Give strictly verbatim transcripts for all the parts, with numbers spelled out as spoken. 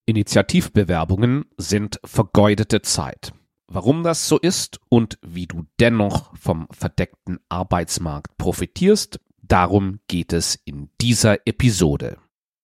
Initiativbewerbungen sind vergeudete Zeit. Warum das so ist und wie du dennoch vom verdeckten Arbeitsmarkt profitierst, darum geht es in dieser Episode.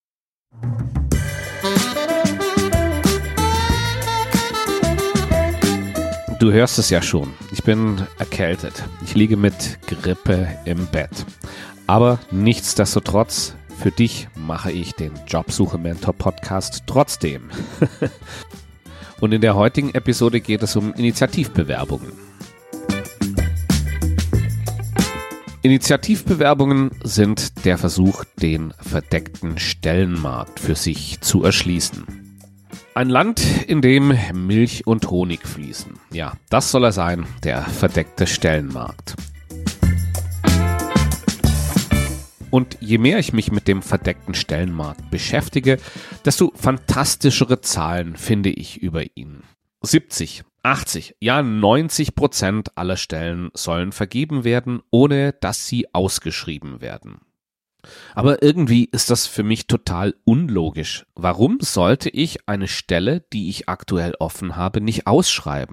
Du hörst es ja schon, ich bin erkältet. Ich liege mit Grippe im Bett. Aber nichtsdestotrotz, für dich mache ich den Jobsuche-Mentor-Podcast trotzdem. Und in der heutigen Episode geht es um Initiativbewerbungen. Initiativbewerbungen sind der Versuch, den verdeckten Stellenmarkt für sich zu erschließen. Ein Land, in dem Milch und Honig fließen. Ja, das soll er sein, der verdeckte Stellenmarkt. Und je mehr ich mich mit dem verdeckten Stellenmarkt beschäftige, desto fantastischere Zahlen finde ich über ihn. siebzig, achtzig, ja neunzig Prozent aller Stellen sollen vergeben werden, ohne dass sie ausgeschrieben werden. Aber irgendwie ist das für mich total unlogisch. Warum sollte ich eine Stelle, die ich aktuell offen habe, nicht ausschreiben?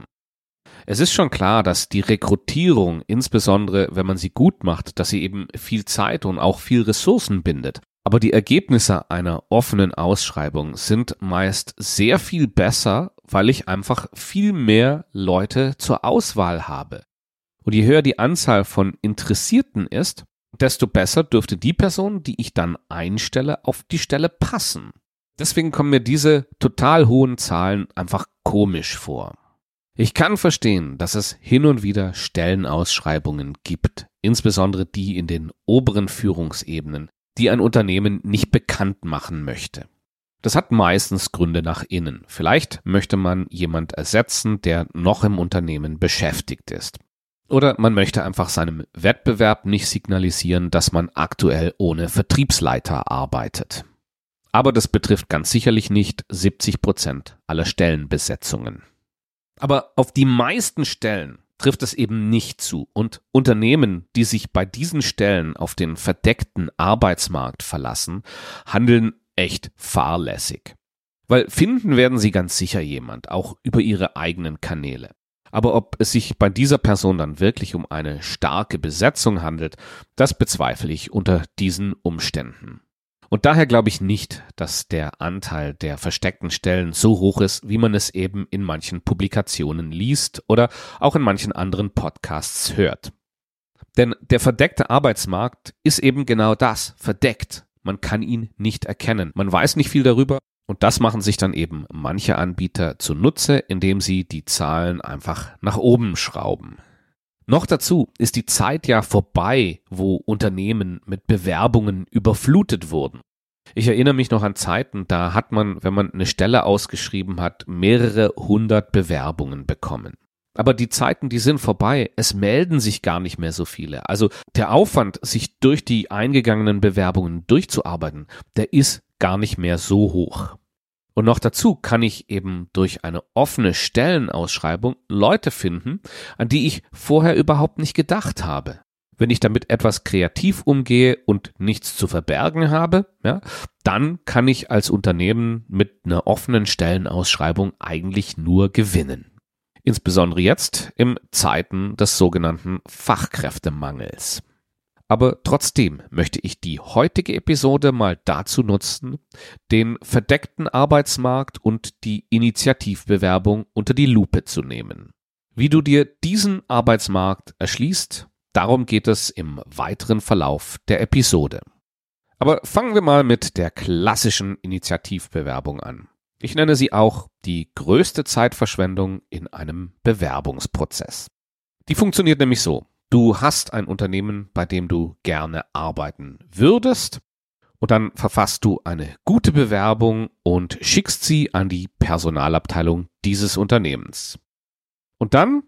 Es ist schon klar, dass die Rekrutierung, insbesondere wenn man sie gut macht, dass sie eben viel Zeit und auch viel Ressourcen bindet. Aber die Ergebnisse einer offenen Ausschreibung sind meist sehr viel besser, weil ich einfach viel mehr Leute zur Auswahl habe. Und je höher die Anzahl von Interessierten ist, desto besser dürfte die Person, die ich dann einstelle, auf die Stelle passen. Deswegen kommen mir diese total hohen Zahlen einfach komisch vor. Ich kann verstehen, dass es hin und wieder Stellenausschreibungen gibt, insbesondere die in den oberen Führungsebenen, die ein Unternehmen nicht bekannt machen möchte. Das hat meistens Gründe nach innen. Vielleicht möchte man jemand ersetzen, der noch im Unternehmen beschäftigt ist. Oder man möchte einfach seinem Wettbewerb nicht signalisieren, dass man aktuell ohne Vertriebsleiter arbeitet. Aber das betrifft ganz sicherlich nicht siebzig Prozent aller Stellenbesetzungen. Aber auf die meisten Stellen trifft es eben nicht zu und Unternehmen, die sich bei diesen Stellen auf den verdeckten Arbeitsmarkt verlassen, handeln echt fahrlässig. Weil finden werden sie ganz sicher jemand, auch über ihre eigenen Kanäle. Aber ob es sich bei dieser Person dann wirklich um eine starke Besetzung handelt, das bezweifle ich unter diesen Umständen. Und daher glaube ich nicht, dass der Anteil der versteckten Stellen so hoch ist, wie man es eben in manchen Publikationen liest oder auch in manchen anderen Podcasts hört. Denn der verdeckte Arbeitsmarkt ist eben genau das, verdeckt. Man kann ihn nicht erkennen. Man weiß nicht viel darüber und das machen sich dann eben manche Anbieter zunutze, indem sie die Zahlen einfach nach oben schrauben. Noch dazu ist die Zeit ja vorbei, wo Unternehmen mit Bewerbungen überflutet wurden. Ich erinnere mich noch an Zeiten, da hat man, wenn man eine Stelle ausgeschrieben hat, mehrere hundert Bewerbungen bekommen. Aber die Zeiten, die sind vorbei, es melden sich gar nicht mehr so viele. Also der Aufwand, sich durch die eingegangenen Bewerbungen durchzuarbeiten, der ist gar nicht mehr so hoch. Und noch dazu kann ich eben durch eine offene Stellenausschreibung Leute finden, an die ich vorher überhaupt nicht gedacht habe. Wenn ich damit etwas kreativ umgehe und nichts zu verbergen habe, ja, dann kann ich als Unternehmen mit einer offenen Stellenausschreibung eigentlich nur gewinnen. Insbesondere jetzt in Zeiten des sogenannten Fachkräftemangels. Aber trotzdem möchte ich die heutige Episode mal dazu nutzen, den verdeckten Arbeitsmarkt und die Initiativbewerbung unter die Lupe zu nehmen. Wie du dir diesen Arbeitsmarkt erschließt, darum geht es im weiteren Verlauf der Episode. Aber fangen wir mal mit der klassischen Initiativbewerbung an. Ich nenne sie auch die größte Zeitverschwendung in einem Bewerbungsprozess. Die funktioniert nämlich so. Du hast ein Unternehmen, bei dem du gerne arbeiten würdest und dann verfasst du eine gute Bewerbung und schickst sie an die Personalabteilung dieses Unternehmens. Und dann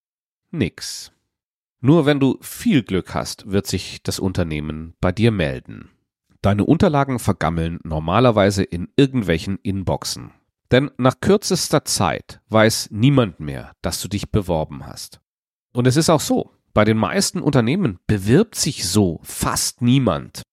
nix. Nur wenn du viel Glück hast, wird sich das Unternehmen bei dir melden. Deine Unterlagen vergammeln normalerweise in irgendwelchen Inboxen. Denn nach kürzester Zeit weiß niemand mehr, dass du dich beworben hast. Und es ist auch so, bei den meisten Unternehmen bewirbt sich so fast niemand.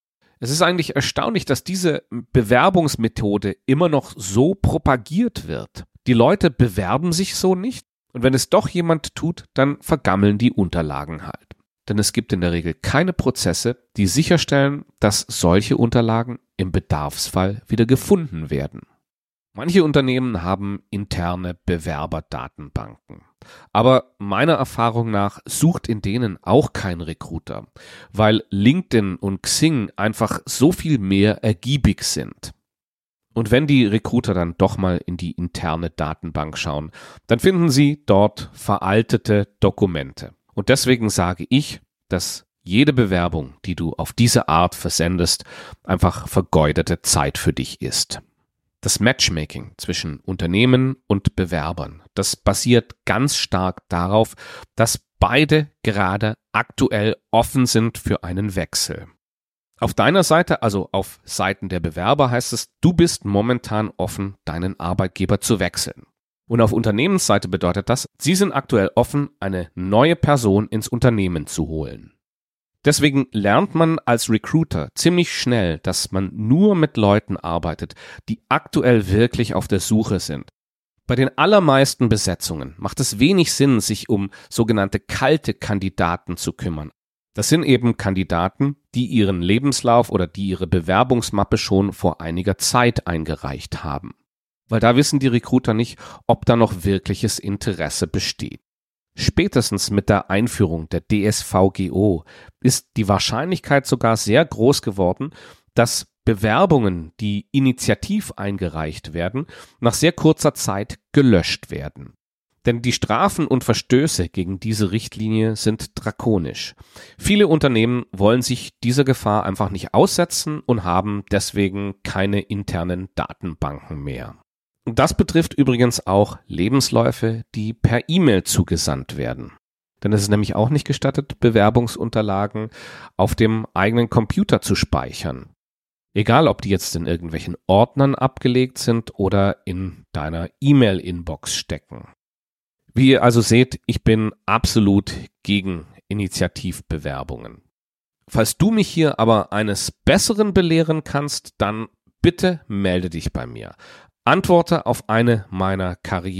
Es ist eigentlich erstaunlich, dass diese Bewerbungsmethode immer noch so propagiert wird. Die Leute bewerben sich so nicht und wenn es doch jemand tut, dann vergammeln die Unterlagen halt. Denn es gibt in der Regel keine Prozesse, die sicherstellen, dass solche Unterlagen im Bedarfsfall wieder gefunden werden. Manche Unternehmen haben interne Bewerberdatenbanken. Aber meiner Erfahrung nach sucht in denen auch kein Recruiter, weil LinkedIn und Xing einfach so viel mehr ergiebig sind. Und wenn die Recruiter dann doch mal in die interne Datenbank schauen, dann finden sie dort veraltete Dokumente. Und deswegen sage ich, dass jede Bewerbung, die du auf diese Art versendest, einfach vergeudete Zeit für dich ist. Das Matchmaking zwischen Unternehmen und Bewerbern, das basiert ganz stark darauf, dass beide gerade aktuell offen sind für einen Wechsel. Auf deiner Seite, also auf Seiten der Bewerber, heißt es, du bist momentan offen, deinen Arbeitgeber zu wechseln. Und auf Unternehmensseite bedeutet das, sie sind aktuell offen, eine neue Person ins Unternehmen zu holen. Deswegen lernt man als Recruiter ziemlich schnell, dass man nur mit Leuten arbeitet, die aktuell wirklich auf der Suche sind. Bei den allermeisten Besetzungen macht es wenig Sinn, sich um sogenannte kalte Kandidaten zu kümmern. Das sind eben Kandidaten, die ihren Lebenslauf oder die ihre Bewerbungsmappe schon vor einiger Zeit eingereicht haben. Weil da wissen die Recruiter nicht, ob da noch wirkliches Interesse besteht. Spätestens mit der Einführung der D S V G O ist die Wahrscheinlichkeit sogar sehr groß geworden, dass Bewerbungen, die initiativ eingereicht werden, nach sehr kurzer Zeit gelöscht werden. Denn die Strafen und Verstöße gegen diese Richtlinie sind drakonisch. Viele Unternehmen wollen sich dieser Gefahr einfach nicht aussetzen und haben deswegen keine internen Datenbanken mehr. Und das betrifft übrigens auch Lebensläufe, die per E-Mail zugesandt werden. Denn es ist nämlich auch nicht gestattet, Bewerbungsunterlagen auf dem eigenen Computer zu speichern. Egal, ob die jetzt in irgendwelchen Ordnern abgelegt sind oder in deiner E-Mail-Inbox stecken. Wie ihr also seht, ich bin absolut gegen Initiativbewerbungen. Falls du mich hier aber eines Besseren belehren kannst, dann bitte melde dich bei mir. Antworte auf eine meiner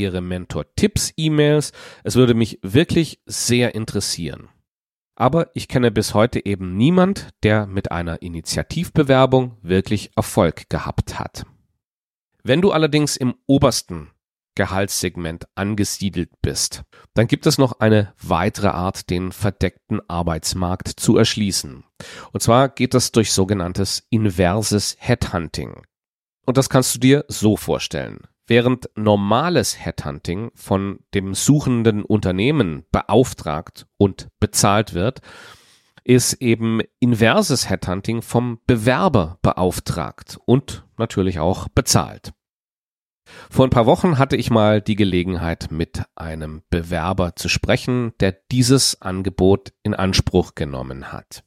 Karriere-Mentor-Tipps-E-Mails. Es würde mich wirklich sehr interessieren. Aber ich kenne bis heute eben niemand, der mit einer Initiativbewerbung wirklich Erfolg gehabt hat. Wenn du allerdings im obersten Gehaltssegment angesiedelt bist, dann gibt es noch eine weitere Art, den verdeckten Arbeitsmarkt zu erschließen. Und zwar geht das durch sogenanntes inverses Headhunting. Und das kannst du dir so vorstellen. Während normales Headhunting von dem suchenden Unternehmen beauftragt und bezahlt wird, ist eben inverses Headhunting vom Bewerber beauftragt und natürlich auch bezahlt. Vor ein paar Wochen hatte ich mal die Gelegenheit, mit einem Bewerber zu sprechen, der dieses Angebot in Anspruch genommen hat.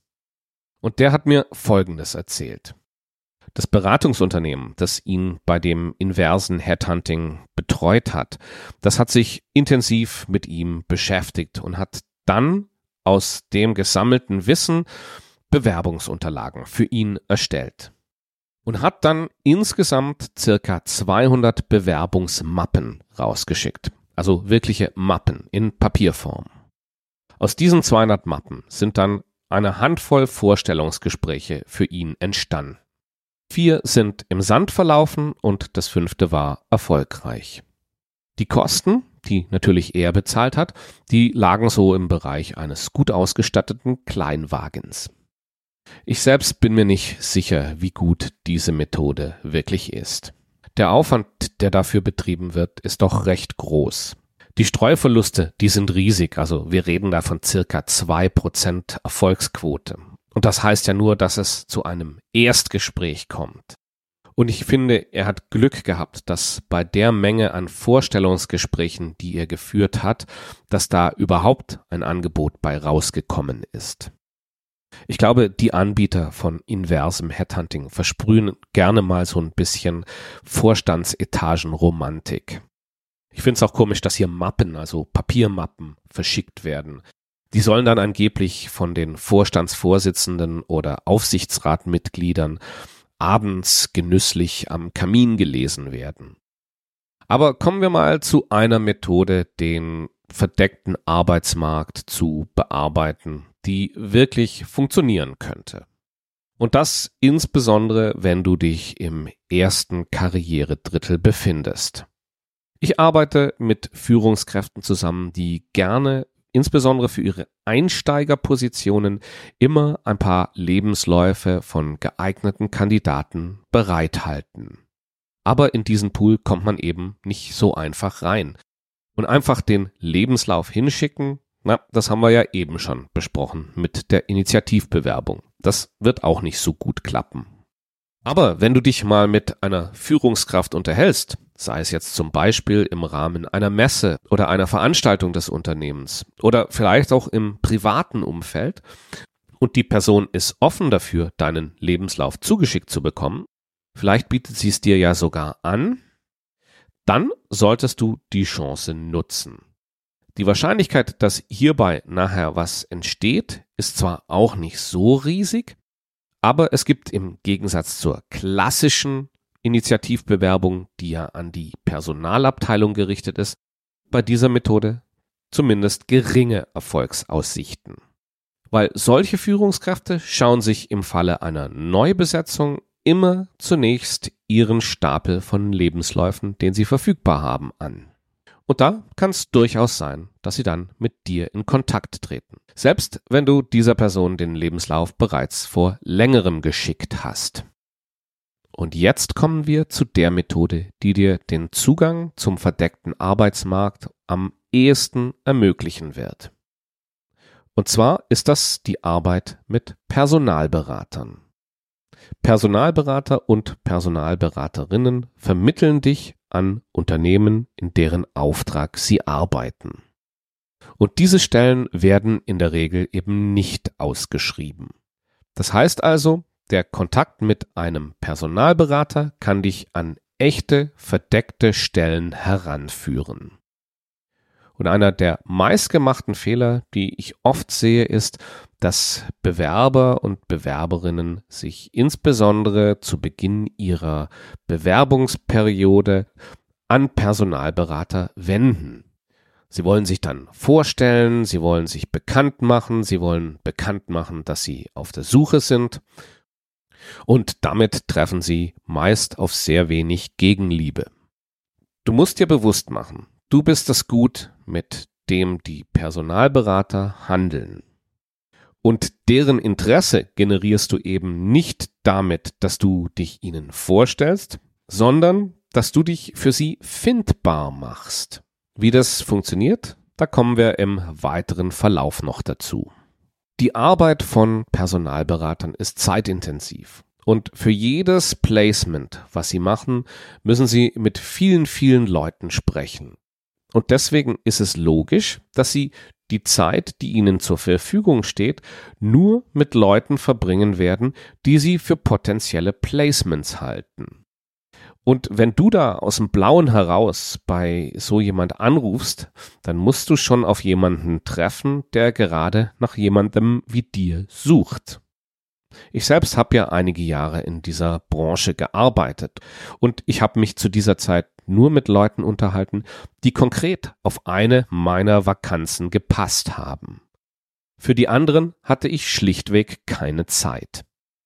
Und der hat mir Folgendes erzählt. Das Beratungsunternehmen, das ihn bei dem inversen Headhunting betreut hat, das hat sich intensiv mit ihm beschäftigt und hat dann aus dem gesammelten Wissen Bewerbungsunterlagen für ihn erstellt. Und hat dann insgesamt circa zweihundert Bewerbungsmappen rausgeschickt. Also wirkliche Mappen in Papierform. Aus diesen zweihundert Mappen sind dann eine Handvoll Vorstellungsgespräche für ihn entstanden. Vier sind im Sand verlaufen und das fünfte war erfolgreich. Die Kosten, die natürlich er bezahlt hat, die lagen so im Bereich eines gut ausgestatteten Kleinwagens. Ich selbst bin mir nicht sicher, wie gut diese Methode wirklich ist. Der Aufwand, der dafür betrieben wird, ist doch recht groß. Die Streuverluste, die sind riesig, also wir reden da von circa zwei Prozent Erfolgsquote. Und das heißt ja nur, dass es zu einem Erstgespräch kommt. Und ich finde, er hat Glück gehabt, dass bei der Menge an Vorstellungsgesprächen, die er geführt hat, dass da überhaupt ein Angebot bei rausgekommen ist. Ich glaube, die Anbieter von inversem Headhunting versprühen gerne mal so ein bisschen Vorstandsetagenromantik. Ich finde es auch komisch, dass hier Mappen, also Papiermappen, verschickt werden. Die sollen dann angeblich von den Vorstandsvorsitzenden oder Aufsichtsratmitgliedern abends genüsslich am Kamin gelesen werden. Aber kommen wir mal zu einer Methode, den verdeckten Arbeitsmarkt zu bearbeiten, die wirklich funktionieren könnte. Und das insbesondere, wenn du dich im ersten Karrieredrittel befindest. Ich arbeite mit Führungskräften zusammen, die gerne, insbesondere für ihre Einsteigerpositionen, immer ein paar Lebensläufe von geeigneten Kandidaten bereithalten. Aber in diesen Pool kommt man eben nicht so einfach rein. Und einfach den Lebenslauf hinschicken, na, das haben wir ja eben schon besprochen mit der Initiativbewerbung. Das wird auch nicht so gut klappen. Aber wenn du dich mal mit einer Führungskraft unterhältst, sei es jetzt zum Beispiel im Rahmen einer Messe oder einer Veranstaltung des Unternehmens oder vielleicht auch im privaten Umfeld und die Person ist offen dafür, deinen Lebenslauf zugeschickt zu bekommen, vielleicht bietet sie es dir ja sogar an, dann solltest du die Chance nutzen. Die Wahrscheinlichkeit, dass hierbei nachher was entsteht, ist zwar auch nicht so riesig, aber es gibt im Gegensatz zur klassischen Initiativbewerbung, die ja an die Personalabteilung gerichtet ist, bei dieser Methode zumindest geringe Erfolgsaussichten. Weil solche Führungskräfte schauen sich im Falle einer Neubesetzung immer zunächst ihren Stapel von Lebensläufen, den sie verfügbar haben, an. Und da kann es durchaus sein, dass sie dann mit dir in Kontakt treten. Selbst wenn du dieser Person den Lebenslauf bereits vor längerem geschickt hast. Und jetzt kommen wir zu der Methode, die dir den Zugang zum verdeckten Arbeitsmarkt am ehesten ermöglichen wird. Und zwar ist das die Arbeit mit Personalberatern. Personalberater und Personalberaterinnen vermitteln dich an Unternehmen, in deren Auftrag sie arbeiten. Und diese Stellen werden in der Regel eben nicht ausgeschrieben. Das heißt also, der Kontakt mit einem Personalberater kann dich an echte, verdeckte Stellen heranführen. Und einer der meistgemachten Fehler, die ich oft sehe, ist, dass Bewerber und Bewerberinnen sich insbesondere zu Beginn ihrer Bewerbungsperiode an Personalberater wenden. Sie wollen sich dann vorstellen, sie wollen sich bekannt machen, sie wollen bekannt machen, dass sie auf der Suche sind. Und damit treffen sie meist auf sehr wenig Gegenliebe. Du musst dir bewusst machen, du bist das Gut, mit dem die Personalberater handeln. Und deren Interesse generierst du eben nicht damit, dass du dich ihnen vorstellst, sondern dass du dich für sie findbar machst. Wie das funktioniert, da kommen wir im weiteren Verlauf noch dazu. Die Arbeit von Personalberatern ist zeitintensiv. Und für jedes Placement, was sie machen, müssen sie mit vielen, vielen Leuten sprechen. Und deswegen ist es logisch, dass sie die Zeit, die ihnen zur Verfügung steht, nur mit Leuten verbringen werden, die sie für potenzielle Placements halten. Und wenn du da aus dem Blauen heraus bei so jemand anrufst, dann musst du schon auf jemanden treffen, der gerade nach jemandem wie dir sucht. Ich selbst habe ja einige Jahre in dieser Branche gearbeitet und ich habe mich zu dieser Zeit nur mit Leuten unterhalten, die konkret auf eine meiner Vakanzen gepasst haben. Für die anderen hatte ich schlichtweg keine Zeit.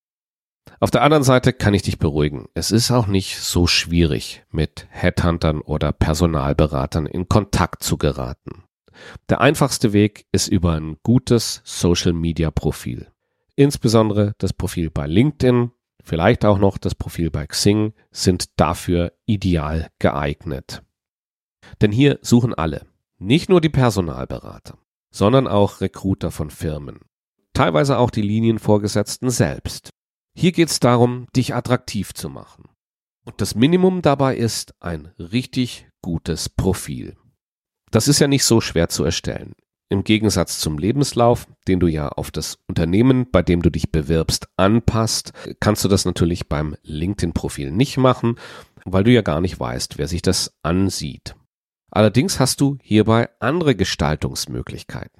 Auf der anderen Seite kann ich dich beruhigen. Es ist auch nicht so schwierig, mit Headhuntern oder Personalberatern in Kontakt zu geraten. Der einfachste Weg ist über ein gutes Social-Media-Profil. Insbesondere das Profil bei LinkedIn, vielleicht auch noch das Profil bei Xing sind dafür ideal geeignet. Denn hier suchen alle, nicht nur die Personalberater, sondern auch Recruiter von Firmen, teilweise auch die Linienvorgesetzten selbst. Hier geht es darum, dich attraktiv zu machen. Und das Minimum dabei ist ein richtig gutes Profil. Das ist ja nicht so schwer zu erstellen. Im Gegensatz zum Lebenslauf, den du ja auf das Unternehmen, bei dem du dich bewirbst, anpasst, kannst du das natürlich beim LinkedIn-Profil nicht machen, weil du ja gar nicht weißt, wer sich das ansieht. Allerdings hast du hierbei andere Gestaltungsmöglichkeiten.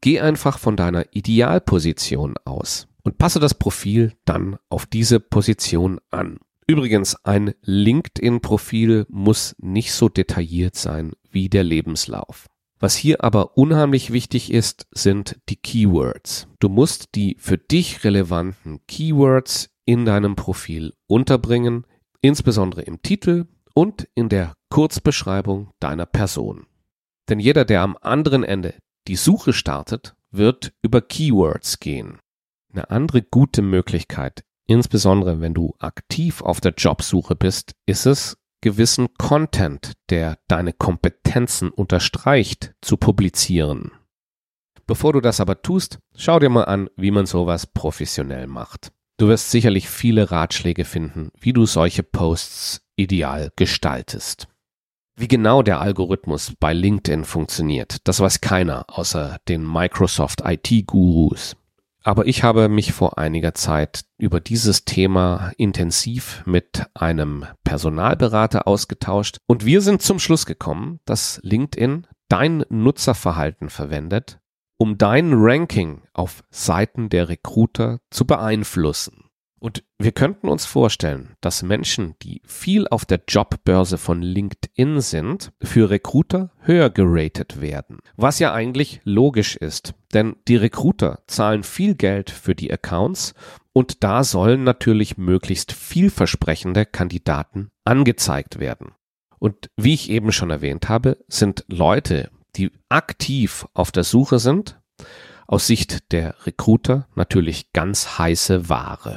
Geh einfach von deiner Idealposition aus und passe das Profil dann auf diese Position an. Übrigens, ein LinkedIn-Profil muss nicht so detailliert sein wie der Lebenslauf. Was hier aber unheimlich wichtig ist, sind die Keywords. Du musst die für dich relevanten Keywords in deinem Profil unterbringen, insbesondere im Titel und in der Kurzbeschreibung deiner Person. Denn jeder, der am anderen Ende die Suche startet, wird über Keywords gehen. Eine andere gute Möglichkeit, insbesondere wenn du aktiv auf der Jobsuche bist, ist es, gewissen Content, der deine Kompetenzen unterstreicht, zu publizieren. Bevor du das aber tust, schau dir mal an, wie man sowas professionell macht. Du wirst sicherlich viele Ratschläge finden, wie du solche Posts ideal gestaltest. Wie genau der Algorithmus bei LinkedIn funktioniert, das weiß keiner außer den Microsoft I T-Gurus. Aber ich habe mich vor einiger Zeit über dieses Thema intensiv mit einem Personalberater ausgetauscht und wir sind zum Schluss gekommen, dass LinkedIn dein Nutzerverhalten verwendet, um dein Ranking auf Seiten der Recruiter zu beeinflussen. Und wir könnten uns vorstellen, dass Menschen, die viel auf der Jobbörse von LinkedIn sind, für Recruiter höher geratet werden. Was ja eigentlich logisch ist, denn die Recruiter zahlen viel Geld für die Accounts und da sollen natürlich möglichst vielversprechende Kandidaten angezeigt werden. Und wie ich eben schon erwähnt habe, sind Leute, die aktiv auf der Suche sind, aus Sicht der Recruiter natürlich ganz heiße Ware.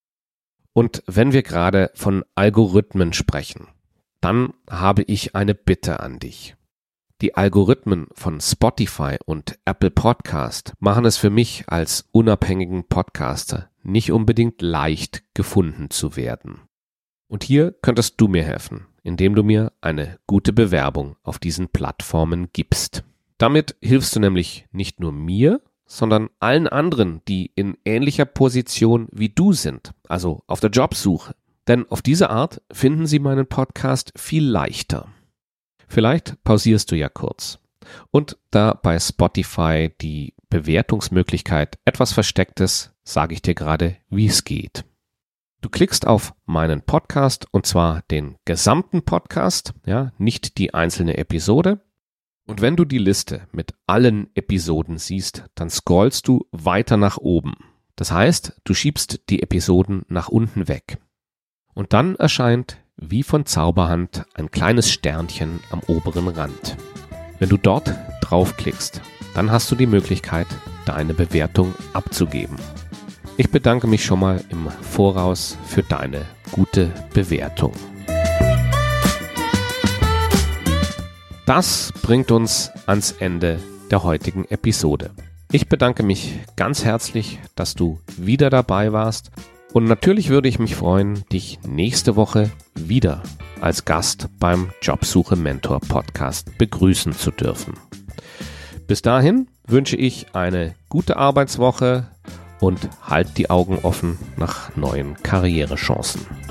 Und wenn wir gerade von Algorithmen sprechen, dann habe ich eine Bitte an dich. Die Algorithmen von Spotify und Apple Podcast machen es für mich als unabhängigen Podcaster nicht unbedingt leicht, gefunden zu werden. Und hier könntest du mir helfen, indem du mir eine gute Bewerbung auf diesen Plattformen gibst. Damit hilfst du nämlich nicht nur mir, sondern allen anderen, die in ähnlicher Position wie du sind, also auf der Jobsuche. Denn auf diese Art finden sie meinen Podcast viel leichter. Vielleicht pausierst du ja kurz. Und da bei Spotify die Bewertungsmöglichkeit etwas versteckt ist, sage ich dir gerade, wie es geht. Du klickst auf meinen Podcast und zwar den gesamten Podcast, ja, nicht die einzelne Episode. Und wenn du die Liste mit allen Episoden siehst, dann scrollst du weiter nach oben. Das heißt, du schiebst die Episoden nach unten weg. Und dann erscheint wie von Zauberhand ein kleines Sternchen am oberen Rand. Wenn du dort draufklickst, dann hast du die Möglichkeit, deine Bewertung abzugeben. Ich bedanke mich schon mal im Voraus für deine gute Bewertung. Das bringt uns ans Ende der heutigen Episode. Ich bedanke mich ganz herzlich, dass du wieder dabei warst und natürlich würde ich mich freuen, dich nächste Woche wieder als Gast beim Jobsuche Mentor Podcast begrüßen zu dürfen. Bis dahin wünsche ich eine gute Arbeitswoche und halt die Augen offen nach neuen Karrierechancen.